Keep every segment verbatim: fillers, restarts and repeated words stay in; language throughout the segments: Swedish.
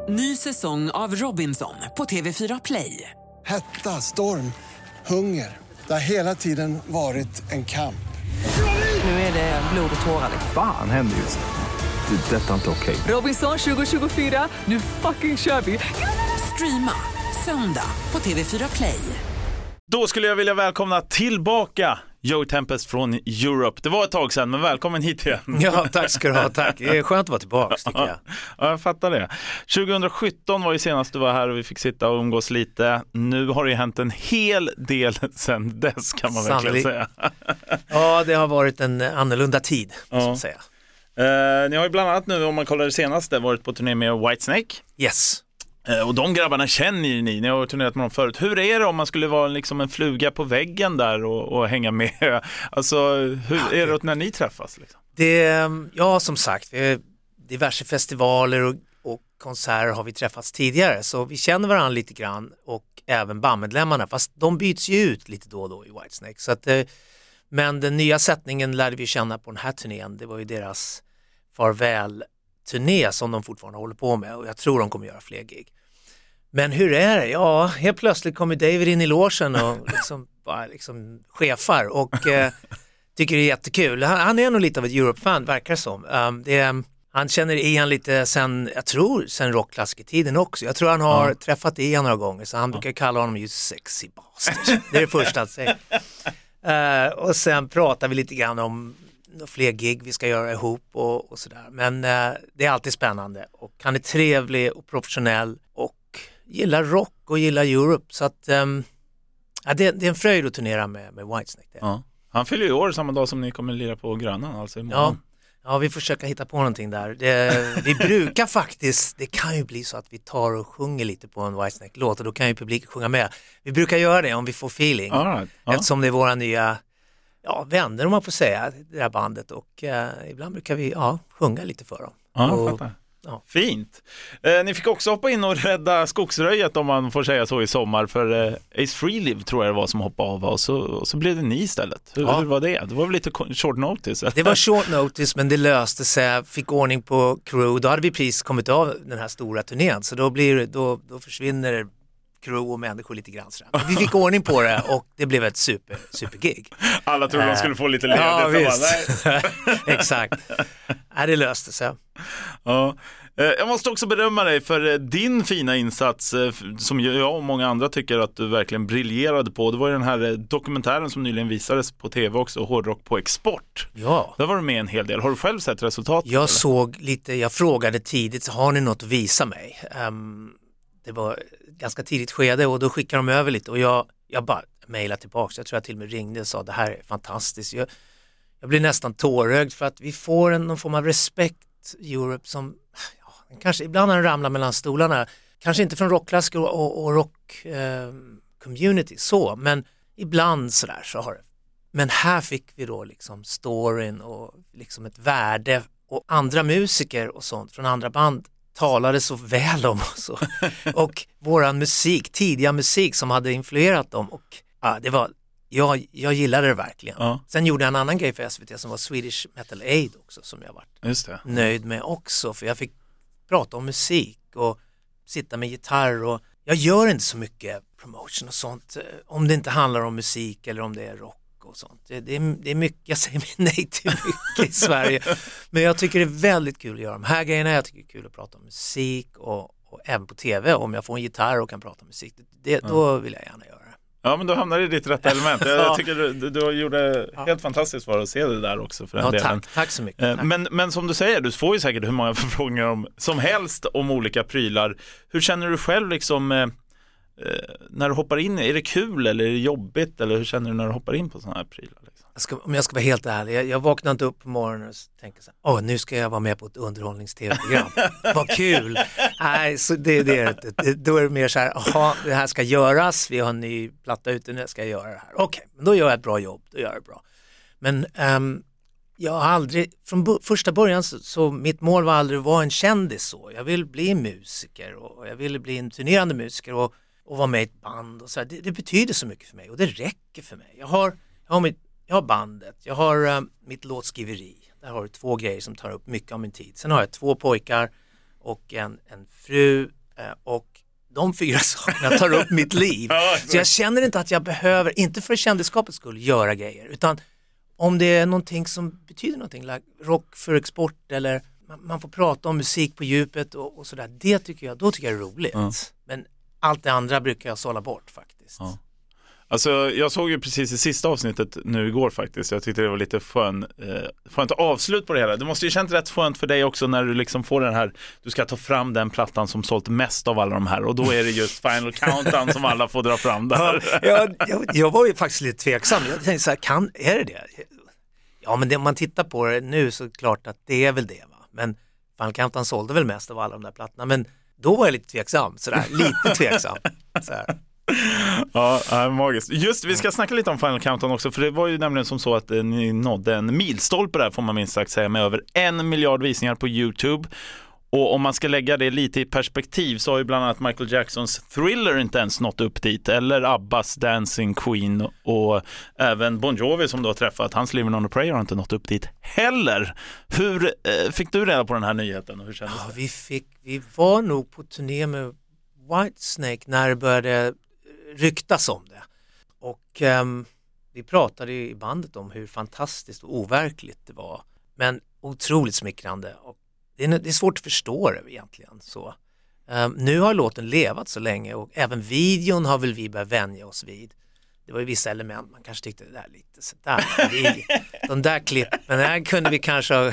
Ny säsong av Robinson på T V fyra Play. Hetta, storm, hunger. Det har hela tiden varit en kamp. Nu är det blod och tårar. Fan händer just det. Det är detta inte okej. Robinson tjugo tjugofyra, nu fucking kör vi. Streama söndag på T V fyra Play. Då skulle jag vilja välkomna tillbaka Joey Tempest från Europe. Det var ett tag sedan, men välkommen hit igen. Ja, tack ska du ha, tack. Det är skönt att vara tillbaka, tycker jag. Ja, jag fattar det. tjugohundrasjutton var ju senast du var här och vi fick sitta och umgås lite. Nu har det ju hänt en hel del sedan dess, kan man verkligen säga. Ja, det har varit en annorlunda tid, ja. Så att säga. Uh, ni har ju bland annat nu, om man kollar det senaste, varit på turné med Whitesnake. Yes. Och de grabbarna känner ju ni, ni har turnerat med dem förut. Hur är det om man skulle vara liksom en fluga på väggen där och, och hänga med? Alltså, hur är det när ni träffas? Liksom? Det, ja, som sagt, vi har diverse festivaler och, och konserter har vi träffats tidigare. Så vi känner varandra lite grann och även bandmedlemmarna. Fast de byts ju ut lite då och då i Whitesnake. Så att, men den nya sättningen lärde vi känna på den här turnén. Det var ju deras farväl-turné som de fortfarande håller på med. Och jag tror de kommer göra fler gig. Men hur är det? Ja, helt plötsligt kommer David in i logen och liksom, bara liksom chefar och eh, tycker det är jättekul. Han, han är nog lite av ett Europe-fan, verkar som. Um, det, han känner Ian lite sen, jag tror, sen rockklassikertiden också. Jag tror han har ja. träffat Ian några gånger, så han ja. brukar kalla honom just sexy bastard. Det är det första att säga. Uh, och sen pratar vi lite grann om fler gig vi ska göra ihop och, och sådär. Men uh, det är alltid spännande och han är trevlig och professionell och gillar rock och gillar Europe, så att um, ja, det, det är en fröjd att turnera med, med Whitesnake. Ja. Han fyller ju år samma dag som ni kommer lira på Grönan, alltså imorgon. Ja, ja, vi försöker hitta på någonting där. Det, vi brukar faktiskt, det kan ju bli så att vi tar och sjunger lite på en Whitesnake-låt och då kan ju publiken sjunga med. Vi brukar göra det om vi får feeling, right. ja. eftersom det är våra nya ja, vänner, om man får säga, det här bandet, och uh, ibland brukar vi ja, sjunga lite för dem. Ja, och, jag fattar. Ja. Fint. Eh, ni fick också hoppa in och rädda skogsröjet, om man får säga så, i sommar, för eh, Ace Frehley tror jag det var som hoppade av, och så, och så blev det ni istället. Hur, ja. hur var det? Det var väl lite short notice? Eller? Det var short notice, men det löste sig, fick ordning på crew. Då hade vi precis kommit av den här stora turnén, så då, blir, då, då försvinner crew och människor lite grann. Vi fick ordning på det och det blev ett super, super gig. Alla trodde uh, de skulle få lite ledigt. Ja, visst. Exakt. Ja, det löste sig. Ja. Jag måste också berömma dig för din fina insats, som jag och många andra tycker att du verkligen briljerade på. Det var ju den här dokumentären som nyligen visades på tv också, Hårdrock på export. Ja. Där var du med en hel del. Har du själv sett resultatet? Jag eller? såg lite, jag frågade tidigt, så har ni något att visa mig? Um, det var ganska tidigt skede och då skickade de över lite och jag, jag bara mejlade tillbaka. Jag tror jag till och med ringde och sa det här är fantastiskt. Jag, jag blir nästan tårögd för att vi får en, någon form av respekt, Europe, som ja, kanske ibland har den ramlat mellan stolarna. Kanske inte från rockklassiker och, och rock eh, community så, men ibland sådär så har det. Men här fick vi då liksom storyn och liksom ett värde, och andra musiker och sånt från andra band talade så väl om oss och, och våran musik, tidiga musik som hade influerat dem, och ja, det var, jag, jag gillade det verkligen. Ja. Sen gjorde jag en annan grej för S V T som var Swedish Metal Aid också, som jag varit Just det. nöjd med också, för jag fick prata om musik och sitta med gitarr, och jag gör inte så mycket promotion och sånt om det inte handlar om musik eller om det är rock och sånt. Det, det, är, det är mycket, jag säger nej till mycket i Sverige, men jag tycker det är väldigt kul att göra de här grejerna. Jag tycker det är kul att prata om musik och, och även på tv, om jag får en gitarr och kan prata om musik, det, då vill jag gärna göra det. Ja, men då hamnar det i ditt rätta element. Jag, jag tycker du, du, du gjorde ja. helt fantastiskt för att se det där också. För den ja, delen. Tack, tack så mycket. Tack. Men, men som du säger, du får ju säkert hur många förfrågningar om, som helst om olika prylar. Hur känner du själv liksom, eh, när du hoppar in? Är det kul eller är det jobbigt? Eller hur känner du när du hoppar in på sådana här prylar? Liksom? Jag ska, om jag ska vara helt ärlig, jag, jag vaknade inte upp på morgonen och tänkte så här, åh, nu ska jag vara med på ett underhållnings-tv-program. Vad kul! Nej, så det, det, det, då är det mer så här, jaha, det här ska göras, vi har en ny platta ute, nu ska jag göra det här. Okej, men då gör jag ett bra jobb, då gör jag det bra. Men um, jag har aldrig, från bo- första början så, så mitt mål var aldrig att vara en kändis så. Jag vill bli musiker och jag ville bli en turnerande musiker och, och vara med i ett band. Och så det, det betyder så mycket för mig och det räcker för mig. Jag har, jag har, mitt, jag har bandet, jag har um, mitt låtskriveri. Där har du två grejer som tar upp mycket av min tid. Sen har jag två pojkar och en, en fru och de fyra sakerna tar upp mitt liv. Så jag känner inte att jag behöver, inte för kändisskapets skull, göra grejer. Utan om det är någonting som betyder någonting, like rock för export eller man, man får prata om musik på djupet och, och sådär. Det tycker jag, då tycker jag är roligt. Ja. Men allt det andra brukar jag sålla bort faktiskt. Ja. Alltså jag såg ju precis i sista avsnittet nu igår faktiskt. Jag tyckte det var lite skön, eh, skönt avslut på det hela. Det måste ju känns rätt skönt för dig också när du liksom får den här, du ska ta fram den plattan som sålt mest av alla de här och då är det just Final Countdown som alla får dra fram där. Ja, jag, jag, jag var ju faktiskt lite tveksam. Jag tänkte så här, kan, är det det? Ja, men det, om man tittar på det nu så är det klart att det är väl det, va? Men Final Countdown sålde väl mest av alla de där plattorna. Men då var jag lite tveksam, sådär, lite tveksam. Så här. Ja, äh, magiskt. Just, vi ska snacka lite om Final Countdown också, för det var ju nämligen som så att eh, ni nådde en milstolpe där, får man minst sagt säga, med över en miljard visningar på YouTube. Och om man ska lägga det lite i perspektiv så har ju bland annat Michael Jacksons Thriller inte ens nått upp dit, eller Abbas Dancing Queen och även Bon Jovi som du har träffat, hans Living on a Prayer har inte nått upp dit heller. Hur eh, fick du reda på den här nyheten och hur kändes det? Ja, vi, fick, vi var nog på turné med Whitesnake när det började ryktas om det. Och um, vi pratade i bandet om hur fantastiskt och overkligt det var. Men otroligt smickrande. Och det, är, det är svårt att förstå det egentligen. Så. Um, nu har låten levat så länge och även videon har väl vi börjat vänja oss vid. Det var ju vissa element, man kanske tyckte det där lite sådär. De där klippen, där kunde vi kanske ha...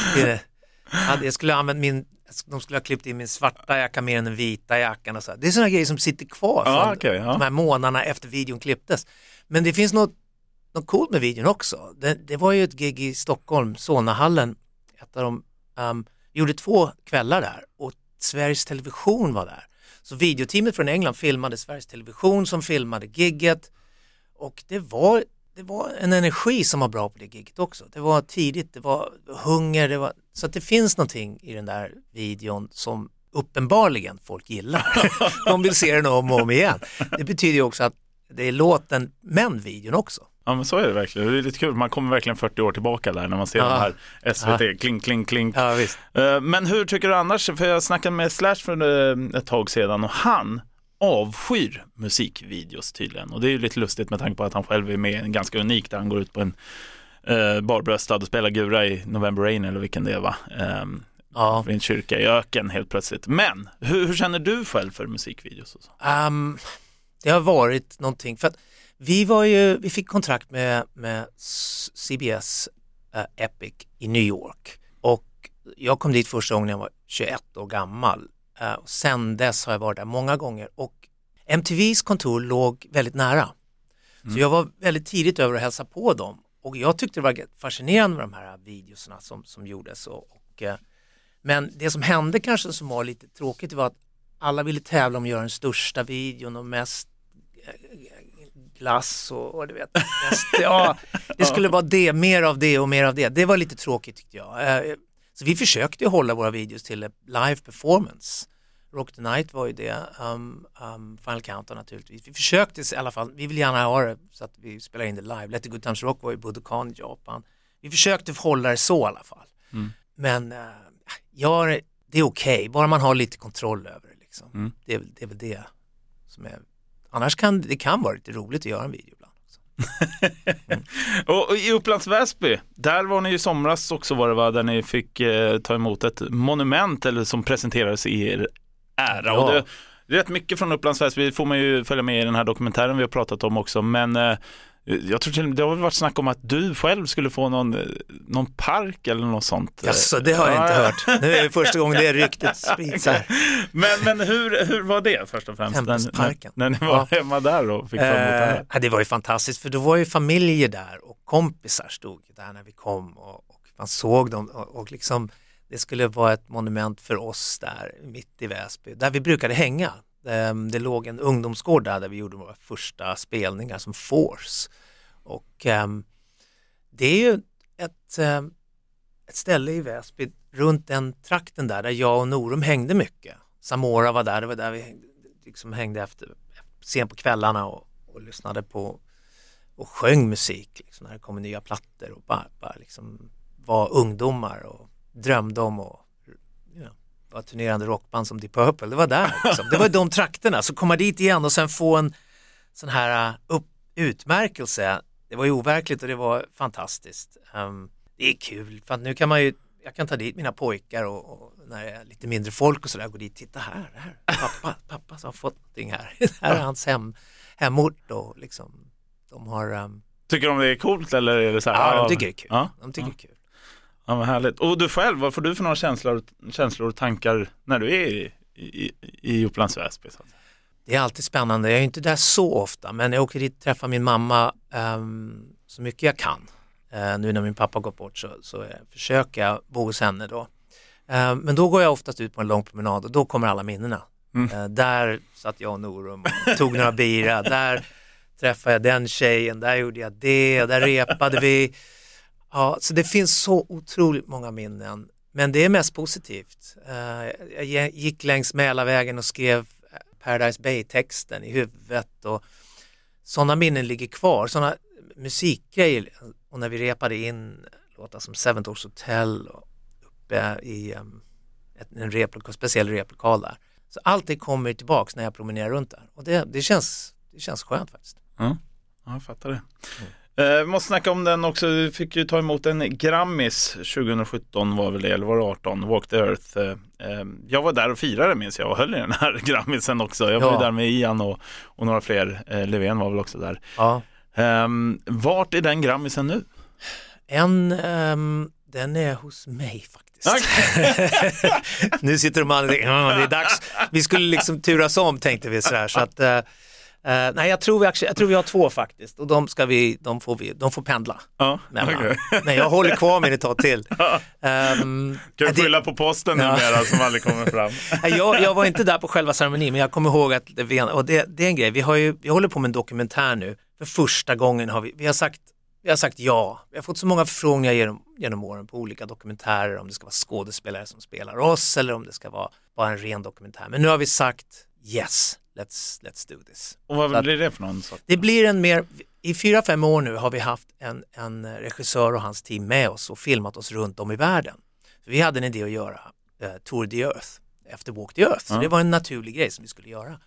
Jag skulle ha använt min... De skulle ha klippt in min svarta jacka mer än den vita jackan och så. Det är sådana grejer som sitter kvar från ja, okay, ja. de här månaderna efter videon klipptes. Men det finns något, något coolt med videon också. Det, det var ju ett gig i Stockholm, Solnahallen. Ett av dem, um, vi gjorde två kvällar där och Sveriges Television var där. Så videoteamet från England filmade Sveriges Television som filmade gigget. Och det var, det var en energi som var bra på det gigget också. Det var tidigt, det var hunger, det var... Så att det finns någonting i den där videon som uppenbarligen folk gillar. De vill se den om och om igen. Det betyder ju också att det är låten men videon också. Ja, men så är det verkligen. Det är lite kul. Man kommer verkligen fyrtio år tillbaka där när man ser ja. den här S V T, ja. kling, kling, kling. Ja, visst. Men hur tycker du annars? För jag snackade med Slash för ett tag sedan och han avskyr musikvideos tydligen. Och det är ju lite lustigt med tanke på att han själv är med en ganska unik där han går ut på en Uh, barbröstad och spelar gura i November Rain eller vilken det är, va? Um, ja. Vid en kyrka i öken helt plötsligt. Men hur, hur känner du själv för musikvideos? Och så? Um, det har varit någonting för att vi var ju, vi fick kontrakt med, med C B S uh, Epic i New York och jag kom dit första gången jag var tjugoett år gammal. Uh, och sen dess har jag varit där många gånger och M T V:s kontor låg väldigt nära. Mm. Så jag var väldigt tidigt över att hälsa på dem. Och jag tyckte det var fascinerande med de här videorna som, som gjordes. Och, och, men det som hände kanske som var lite tråkigt var att alla ville tävla om att göra den största videon och mest glass och, och du vet. Mest, ja, det skulle vara det, mer av det och mer av det. Det var lite tråkigt tyckte jag. Så vi försökte ju hålla våra videos till live performance. Rock the Night var ju det, um, um, Final Countdown naturligtvis. Vi försökte i alla fall, vi vill gärna ha det så att vi spelar in det live. Let the Good Times Rock var i Budokan i Japan. Vi försökte hålla det så i alla fall. Mm. Men uh, ja, det är okej, okay. Bara man har lite kontroll över det. Liksom. Mm. Det, är, det är väl det som är... Annars kan det kan vara lite roligt att göra en video ibland. Mm. och, och i Upplands Väsby, där var ni i somras också var det va, där ni fick eh, ta emot ett monument eller som presenterades i er ära. Ja. Och det, det är rätt mycket från Upplands Väsby, får man ju följa med i den här dokumentären vi har pratat om också, men eh, jag tror till, det har varit snack om att du själv skulle få någon, någon park eller något sånt. Jaså, det har jag inte hört. Nu är det första gången det ryktet sprids här. Men, men hur, hur var det först och främst? Tempelsparken. När, när ni var ja. hemma där och fick ta emot det här? Eh, det var ju fantastiskt, för då var ju familjer där och kompisar stod där när vi kom och, och man såg dem och, och liksom det skulle vara ett monument för oss där mitt i Väsby, där vi brukade hänga. Det, det låg en ungdomsgård där, där vi gjorde våra första spelningar som Force. Och um, det är ju ett, um, ett ställe i Väsby runt den trakten där, där jag och Norum hängde mycket. Samora var där, det var där vi hängde, liksom hängde efter, sen på kvällarna och, och lyssnade på och sjöng musik liksom, när det kommer nya plattor och bara, bara liksom var ungdomar och drömde om och ja, var turnerande rockband som Deep Purple, det var där liksom. Det var de trakterna, så komma dit igen och sen få en sån här upp, utmärkelse, det var ju overkligt och det var fantastiskt. Um, det är kul, för att nu kan man ju, jag kan ta dit mina pojkar och, och när det är lite mindre folk och sådär, gå dit, titta här, här. Pappa, pappa som har fått någonting här. Det här är hans hem, hemort och liksom, de har... Um... Tycker de det är coolt eller är det så här? Ja, de tycker det är kul. Ja, de tycker ja. det är kul. Ja, men härligt. Och du själv, vad får du för några känslor, känslor och tankar när du är i, i, i Upplands Väsby? Det är alltid spännande. Jag är inte där så ofta, men jag åker dit och träffar min mamma um, så mycket jag kan. Uh, nu när min pappa gått bort så, så uh, försöker jag bo hos henne då. Uh, men då går jag oftast ut på en lång promenad och då kommer alla minnena. Mm. Uh, där satt jag och Norum och tog några bira. Där träffade jag den tjejen, där gjorde jag det, där repade vi. Ja, så det finns så otroligt många minnen. Men det är mest positivt. Uh, jag gick längs Mälarvägen och skrev Paradise Bay-texten i huvudet. Och sådana minnen ligger kvar. Sådana musikgrejer. Och när vi repade in låtar som Seven Doors Hotel och uppe i um, en replokal, speciell replokal där. Så allt det kommer tillbaka när jag promenerar runt där. Och det, det, känns, det känns skönt faktiskt. Ja, jag fattar det. Mm. Vi uh, måste snacka om den också. Du fick ju ta emot en Grammis tjugohundrasjutton var väl det, eller var det arton, Walk the Earth. Uh, uh, jag var där och firade, minns jag, och höll i den här Grammisen också. Jag var ja. där med Ian och, och några fler. Uh, Löfven var väl också där. Ja. Um, vart är den Grammisen nu? En, um, den är hos mig faktiskt. Okay. Nu sitter de alla och tänker, det är dags. Vi skulle liksom turas om, tänkte vi sådär. Så att... Uh, Uh, nej, jag tror, vi, jag tror vi har två faktiskt och de, ska vi, de, får, vi, de får pendla. Ja, okay. Men jag håller kvar med ett tag till. Um, kan du skylla på posten ja. numera som aldrig kommer fram? jag, jag var inte där på själva ceremonin, men jag kommer ihåg att det, och det, det är en grej. Vi, har ju, vi håller på med en dokumentär nu. För första gången har vi, vi, har sagt, vi har sagt ja. Vi har fått så många förfrågningar genom, genom åren på olika dokumentärer, om det ska vara skådespelare som spelar oss eller om det ska vara bara en ren dokumentär. Men nu har vi sagt yes. Let's, let's do this. Och vad blir det för någon sak? Det blir en mer, i fyra, fem år nu har vi haft en, en regissör och hans team med oss och filmat oss runt om i världen. Så vi hade en idé att göra uh, Tour de Earth efter Walk the Earth. Så mm. det var en naturlig grej som vi skulle göra.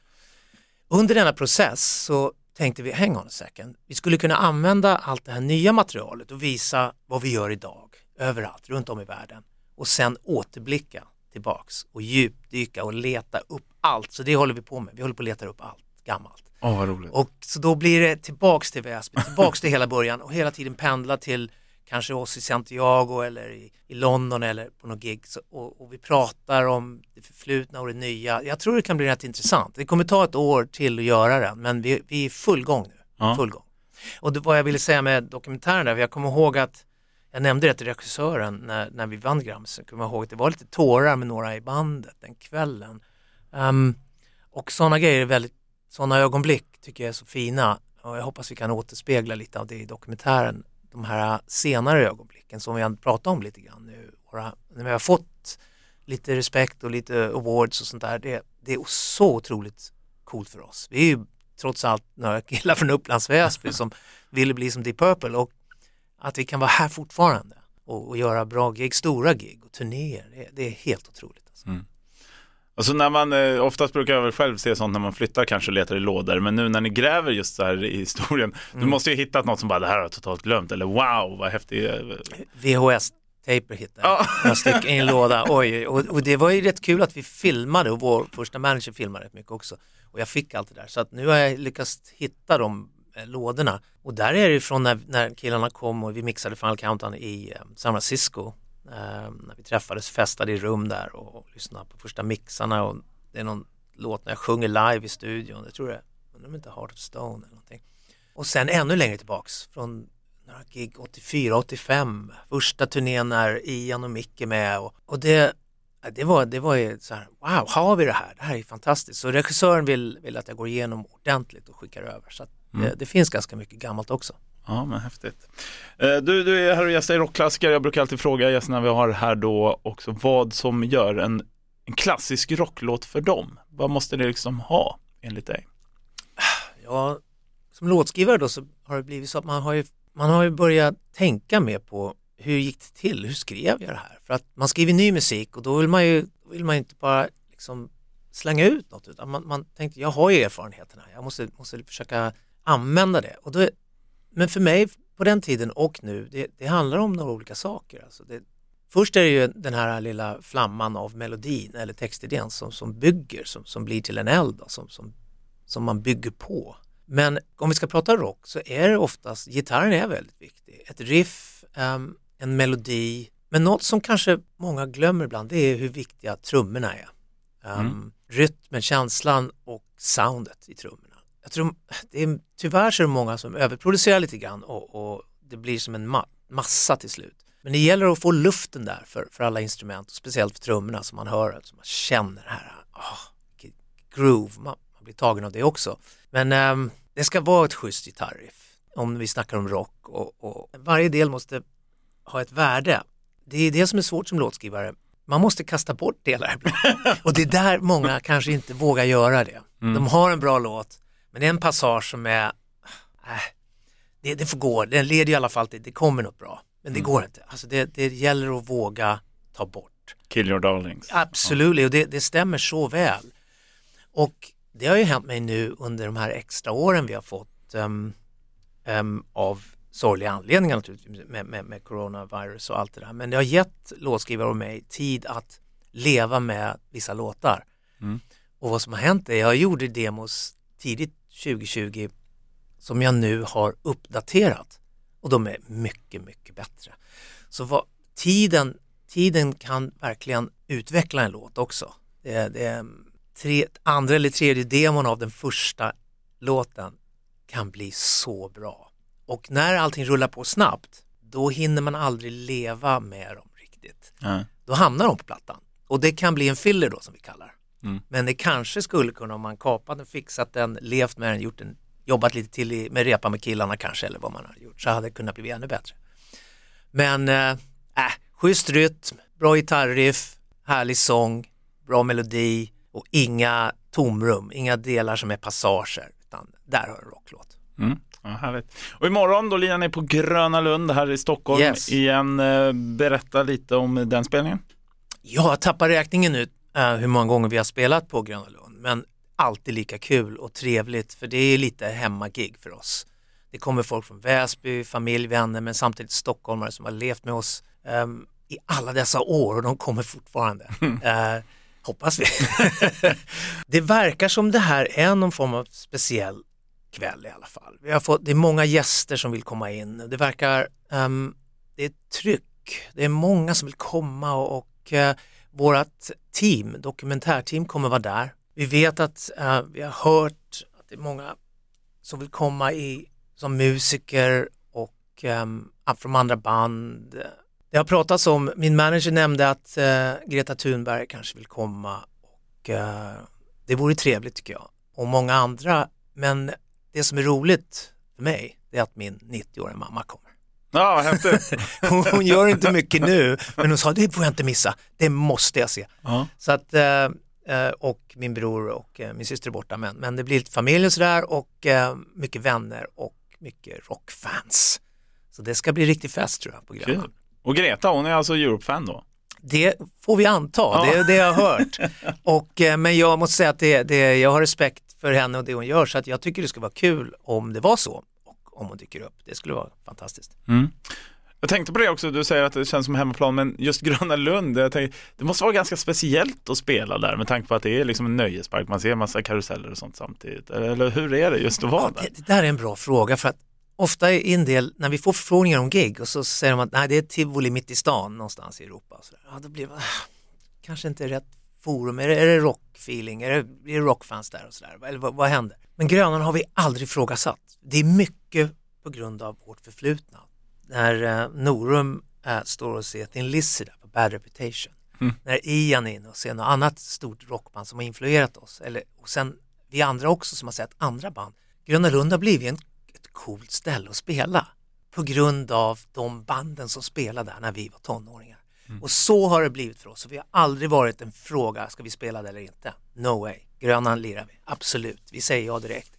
Under denna process så tänkte vi, hang on a second, vi skulle kunna använda allt det här nya materialet och visa vad vi gör idag, överallt, runt om i världen. Och sen återblicka tillbaks och djupdyka och leta upp allt. Så det håller vi på med. Vi håller på att leta upp allt gammalt. Åh, oh, vad roligt. Och så då blir det tillbaks till Väsby, tillbaks till hela början och hela tiden pendla till kanske oss i Santiago eller i, i London eller på någon gig. Så, och, och vi pratar om det förflutna och det nya. Jag tror det kan bli rätt intressant. Det kommer ta ett år till att göra den, men vi, vi är full gång nu. Ja. Full gång. Och det, vad jag ville säga med dokumentären där, jag kommer ihåg att jag nämnde det till regissören när, när vi vann Grammis. Jag kommer ihåg att det var lite tårar med några i bandet den kvällen. Um, och sådana grejer är väldigt, sådana ögonblick tycker jag är så fina. Och jag hoppas vi kan återspegla lite av det i dokumentären. De här senare ögonblicken som vi har pratat om lite grann nu. Våra, när vi har fått lite respekt och lite awards och sånt där. Det, det är så otroligt coolt för oss. Vi är ju trots allt några killar från Upplands Väsby som ville bli som Deep Purple. Och att vi kan vara här fortfarande och, och göra bra gig, stora gig och turnéer, det, det är helt otroligt. Alltså. Mm. Alltså när man, eh, oftast brukar jag väl själv se sånt när man flyttar kanske och letar i lådor, men nu när ni gräver just så här i historien, mm. du måste ju hittat något som bara, det här har jag totalt glömt, eller wow, vad häftigt. V H S-taper hittade jag, några stycken i en låda, oj, och, och det var ju rätt kul att vi filmade och vår första manager filmade rätt mycket också, och jag fick allt det där, så att nu har jag lyckats hitta dem lådorna. Och där är det från när, när killarna kom och vi mixade Final Countdown i um, San Francisco. Um, när vi träffades, festade i rum där och, och lyssnade på första mixarna. Och det är någon låt när jag sjunger live i studion. Jag tror det, men inte Heart of Stone eller någonting. Och sen ännu längre tillbaks från några gig åttiofyra åttiofem. Första turnén när Ian och Micke med. Och, och det, det var, det var ju så här, wow, har vi det här? Det här är fantastiskt. Så regissören vill, vill att jag går igenom ordentligt och skickar över. Så att Mm. Det, det finns ganska mycket gammalt också. Ja, men häftigt. Du, du är här och gästar i Rockklassiker. Jag brukar alltid fråga gästerna vi har här då också vad som gör en, en klassisk rocklåt för dem. Vad måste det liksom ha enligt dig? Ja, som låtskrivare då så har det blivit så att man har ju, man har ju börjat tänka mer på hur gick det till? Hur skrev jag det här? För att man skriver ny musik och då vill man ju då vill man inte bara liksom slänga ut något, utan man, man tänkte, jag har ju erfarenheterna, jag måste, måste försöka använda det. Och då, men för mig på den tiden och nu, det, det handlar om några olika saker. Alltså det, först är det ju den här lilla flamman av melodin eller textidén som, som bygger, som, som blir till en eld, då, som, som, som man bygger på. Men om vi ska prata rock så är det oftast, gitarren är väldigt viktig. Ett riff, um, en melodi, men något som kanske många glömmer ibland, det är hur viktiga trummorna är. Um, mm. Rytmen, känslan och soundet i trummorna. Jag tror, det är, tyvärr så är det många som överproducerar lite grann och, och det blir som en ma- massa till slut. Men det gäller att få luften där för, för alla instrument och speciellt för trummorna som man hör, som man känner här, oh, groove, man, man blir tagen av det också. Men um, det ska vara ett schysst gitarriff om vi snackar om rock och, och varje del måste ha ett värde. Det är det som är svårt som låtskrivare. Man måste kasta bort delar och det är där många kanske inte vågar göra det. Mm. De har en bra låt, men det är en passage som är äh, det, det får gå, den leder i alla fall till det kommer något bra, men det mm. går inte. Alltså det, det gäller att våga ta bort. Kill your darlings. Absolut, och det, det stämmer så väl. Och det har ju hänt mig nu under de här extra åren vi har fått um, um, av sorgliga anledningar naturligtvis med, med, med coronavirus och allt det där. Men det har gett låtskrivare och mig tid att leva med vissa låtar. Mm. Och vad som har hänt är jag gjorde demos tidigt tjugo tjugo som jag nu har uppdaterat. Och de är mycket, mycket bättre. Så vad, tiden, tiden kan verkligen utveckla en låt också. Det, det är tre, andra eller tredje demon av den första låten kan bli så bra. Och när allting rullar på snabbt, då hinner man aldrig leva med dem riktigt. Mm. Då hamnar de på plattan. Och det kan bli en filler då som vi kallar. Mm. Men det kanske skulle kunna, om man kapat den, fixat den, levt med den, gjort den, jobbat lite till i, med repa med killarna kanske, eller vad man har gjort, så hade det kunnat bli ännu bättre. Men äh, äh, schysst rytm, bra gitarriff, härlig sång, bra melodi och inga tomrum, inga delar som är passager, utan där har en rocklåt. Mm. Ja, härligt. Och imorgon då lirar ni på Gröna Lund här i Stockholm yes. igen. Berätta lite om den spelningen. Jag tappar räkningen nu uh, hur många gånger vi har spelat på Gröna Lund, men alltid lika kul och trevligt, för det är lite hemmagig för oss. Det kommer folk från Väsby, familj, vänner, men samtidigt stockholmare som har levt med oss um, i alla dessa år, och de kommer fortfarande. Uh, hoppas vi. Det verkar som det här är någon form av speciell kväll i alla fall. Vi har fått, det är många gäster som vill komma in. Det verkar, um, det är tryck. Det är många som vill komma och, och uh, vårat team, dokumentärteam, kommer vara där. Vi vet att uh, vi har hört att det är många som vill komma i som musiker och um, från andra band. Det har pratats om, min manager nämnde att uh, Greta Thunberg kanske vill komma och uh, det vore trevligt tycker jag. Och många andra, men det som är roligt för mig, det är att min nittioåriga mamma kommer. Ja, häftigt. hon, hon gör inte mycket nu, men hon sa, det får jag inte missa. Det måste jag se. Uh-huh. Så att, eh, och min bror och eh, min syster är borta, men, men det blir lite familj och sådär, och eh, mycket vänner och mycket rockfans. Så det ska bli riktigt fest tror jag på Gröna. Cool. Och Greta, hon är alltså Europe-fan då? Det får vi anta, ja. det är det jag har hört. och, eh, men jag måste säga att det, det, jag har respekt för henne och det hon gör, så att jag tycker det skulle vara kul om det var så, och om hon dyker upp. Det skulle vara fantastiskt. Mm. Jag tänkte på det också, du säger att det känns som hemmaplan, men just Gröna Lund, jag tänkte, det måste vara ganska speciellt att spela där med tanke på att det är liksom en nöjespark, man ser en massa karuseller och sånt samtidigt. Eller hur är det just att vara ja, där? Det, det där är en bra fråga, för att ofta i en del, när vi får förfrågningar om gig och så säger de att nej, det är Tivoli mitt i stan någonstans i Europa. Och så där. Ja, då blir man kanske inte rätt forum, är det, är det rockfeeling, är det, är det rockfans där och sådär, eller vad, vad händer? Men Grönan har vi aldrig ifrågasatt. Det är mycket på grund av vårt förflutna. När eh, Norum eh, står och ser Thin Lizzy där på Bad Reputation, mm. när Ian är inne och ser något annat stort rockband som har influerat oss, eller, och sen vi andra också som har sett andra band. Gröna Lund har blivit en, ett coolt ställe att spela på grund av de banden som spelade där när vi var tonåringar. Mm. Och så har det blivit för oss. Och vi har aldrig varit en fråga, ska vi spela det eller inte? No way. Grönan lirar vi. Absolut. Vi säger ja direkt.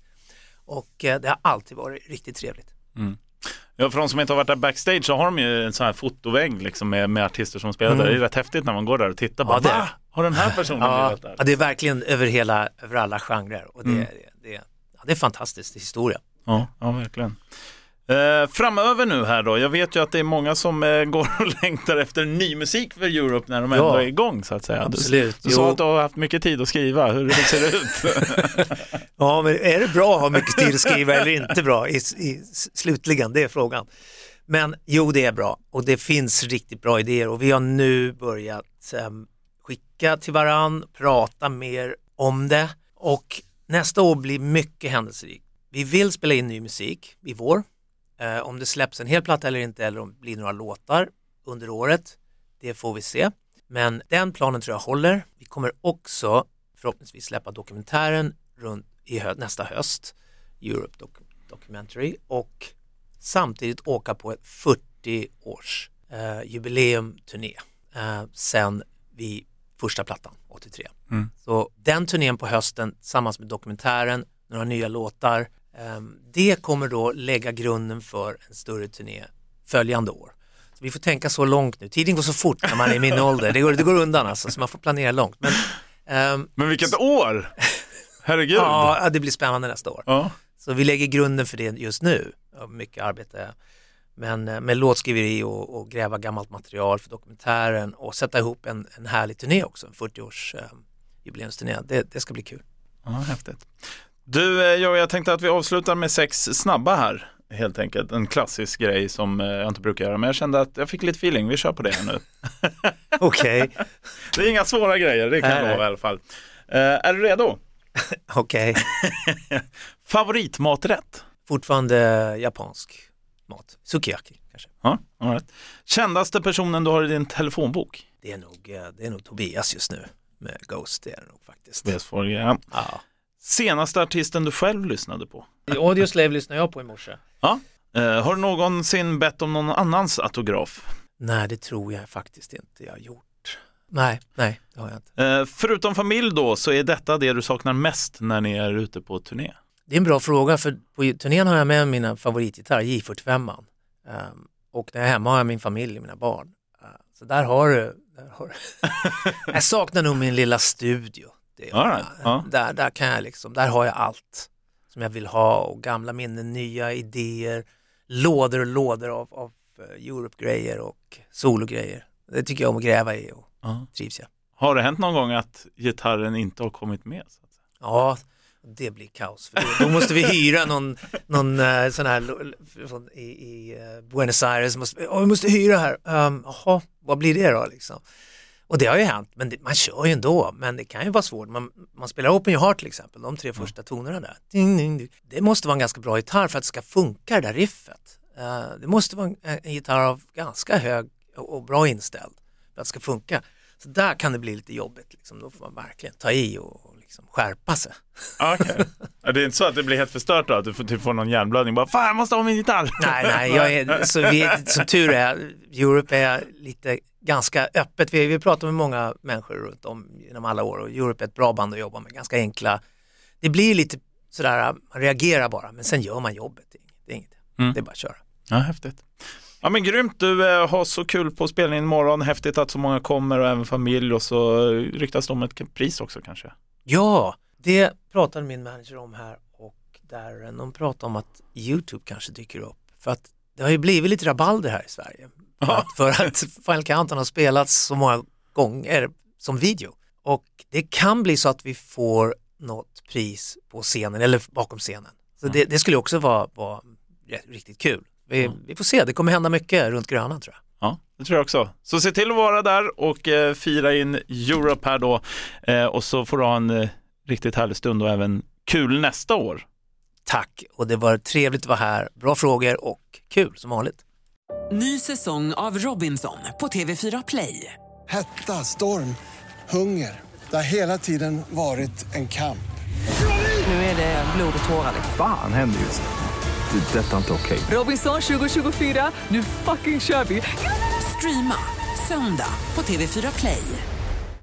Och eh, det har alltid varit riktigt trevligt. Mm. Ja, för de som inte har varit där backstage så har de ju en sån här fotovägg liksom med, med artister som spelar mm. där. Det är rätt häftigt när man går där och tittar. Ja, bara, det va? har den här personen ja, lirat där? Ja, det är verkligen över hela, över alla genrer. Och det, Mm. det, det, ja, det är fantastiskt historia. Ja, ja verkligen. Eh, framöver nu här då, jag vet ju att det är många som eh, går och längtar efter ny musik för Europe när de ändå Ja. är igång så att säga. Absolut. Du, du sa att du har haft mycket tid att skriva, hur det ser det ut? Ja, men är det bra att ha mycket tid att skriva eller inte bra? I, i, slutligen, det är frågan. Men jo, det är bra och det finns riktigt bra idéer och vi har nu börjat um, skicka till varann, prata mer om det och nästa år blir mycket händelserikt. Vi vill spela in ny musik i vår. Uh, om det släpps en hel platta eller inte eller om det blir några låtar under året, det får vi se. Men den planen tror jag håller. Vi kommer också förhoppningsvis släppa dokumentären runt i hö- nästa höst, Europe Doc- Documentary, och samtidigt åka på ett fyrtio års eh, jubileumturné eh, sen vi första plattan åttiotre. Mm. Så den turnén på hösten tillsammans med dokumentären, några nya låtar, eh, det kommer då lägga grunden för en större turné följande år. Så vi får tänka så långt nu. Tiden går så fort när man är i min ålder. Det går, det går undan alltså, så man får planera långt. Men, ehm, Men vilket år! Herregud! ja, det blir spännande nästa år. Ja. Så vi lägger grunden för det just nu. Mycket arbete. Men med låtskriveri och, och gräva gammalt material för dokumentären och sätta ihop en, en härlig turné också. En fyrtio års eh, jubileumsturné. Det, det ska bli kul. Ja, häftigt. Du, eh, jag, jag tänkte att vi avslutar med sex snabba här. Helt enkelt. En klassisk grej som eh, jag inte brukar göra. Men jag kände att jag fick lite feeling. Vi kör på det här nu. Okej. Okay. Det är inga svåra grejer, det kan jag lova i alla fall. Eh, är du redo? Okej. Okay. Favoritmaträtt? Fortfarande japansk mat. Sukiyaki kanske. Ja, all right. Kändaste personen du har i din telefonbok? Det är nog, det är nog Tobias just nu med Ghost, det är det nog faktiskt. Ja. Ja. Senaste artisten du själv lyssnade på? Audioslave lyssnade jag på i morse. Ja. Eh, har du någonsin bett om någon annans autograf? Nej, det tror jag faktiskt inte jag har gjort. Nej, nej, det har jag inte. Eh, förutom familj då, så är detta det du saknar mest när ni är ute på turné? Det är en bra fråga, för på turnén har jag med mina favoritgitarr, J fyrtiofem. Um, och när jag är hemma har jag min familj och mina barn. Uh, så där har du... Där har du. Jag saknar nog min lilla studio. Det, All right. Ja. där, där kan jag liksom, där har jag allt som jag vill ha och gamla minnen, nya idéer, lådor och lådor av, av Europe-grejer och solo-grejer. Det tycker jag om att gräva i och Ja. trivs jag. Har det hänt någon gång att gitarren inte har kommit med? Så att säga? Ja, det blir kaos. För då, då måste vi hyra någon, någon uh, sån här från, i, i uh, Buenos Aires. Måste, oh, vi måste hyra här. Um, aha, vad blir det då liksom? Och det har ju hänt, men det, man kör ju ändå. Men det kan ju vara svårt. Man, man spelar Open Your Heart till exempel, de tre första tonerna där. Ding, ding, ding. Det måste vara en ganska bra gitarr för att det ska funka det där riffet. Uh, det måste vara en, en gitarr av ganska hög och, och bra inställd för att det ska funka. Så där kan det bli lite jobbigt. Liksom. Då får man verkligen ta i och liksom skärpa sig. Okay. Det är inte så att det blir helt förstört då? Att du får, typ får någon hjärnblödning? Bara, fan, jag måste ha min gitarr! Nej, nej. Jag är, så vi, som tur är, Europe är lite ganska öppet. Vi, vi pratar med många människor runt om genom alla år. Och Europe är ett bra band att jobba med. Ganska enkla. Det blir lite sådär, man reagerar bara. Men sen gör man jobbet. Det är inget. Mm. Det är bara att köra. Ja, häftigt. Ja, men grymt, du eh, har så kul på spelningen imorgon. Häftigt att så många kommer och även familj, och så ryktas det om ett pris också kanske. Ja, det pratade min manager om här, och där de pratade om att YouTube kanske dyker upp. För att det har ju blivit lite rabalder här i Sverige. För att, för att Final Countdown har spelats så många gånger som video. Och det kan bli så att vi får något pris på scenen eller bakom scenen. Så det, det skulle också vara, vara riktigt kul. Vi, mm. vi får se, det kommer hända mycket runt Grönan tror jag. Ja, det tror jag också. Så se till att vara där och eh, fira in Europe här då. Eh, och så får du ha en eh, riktigt härlig stund och även kul nästa år. Tack, och det var trevligt att vara här. Bra frågor och kul som vanligt. Ny säsong av Robinson på T V fyra Play. Hetta, storm, hunger. Det har hela tiden varit en kamp. Nu är det blod och tårar. Fan händer just det. Det är detta inte okej. Robinson tjugo tjugofyra, nu fucking kör vi. Streama söndag på T V fyra Play.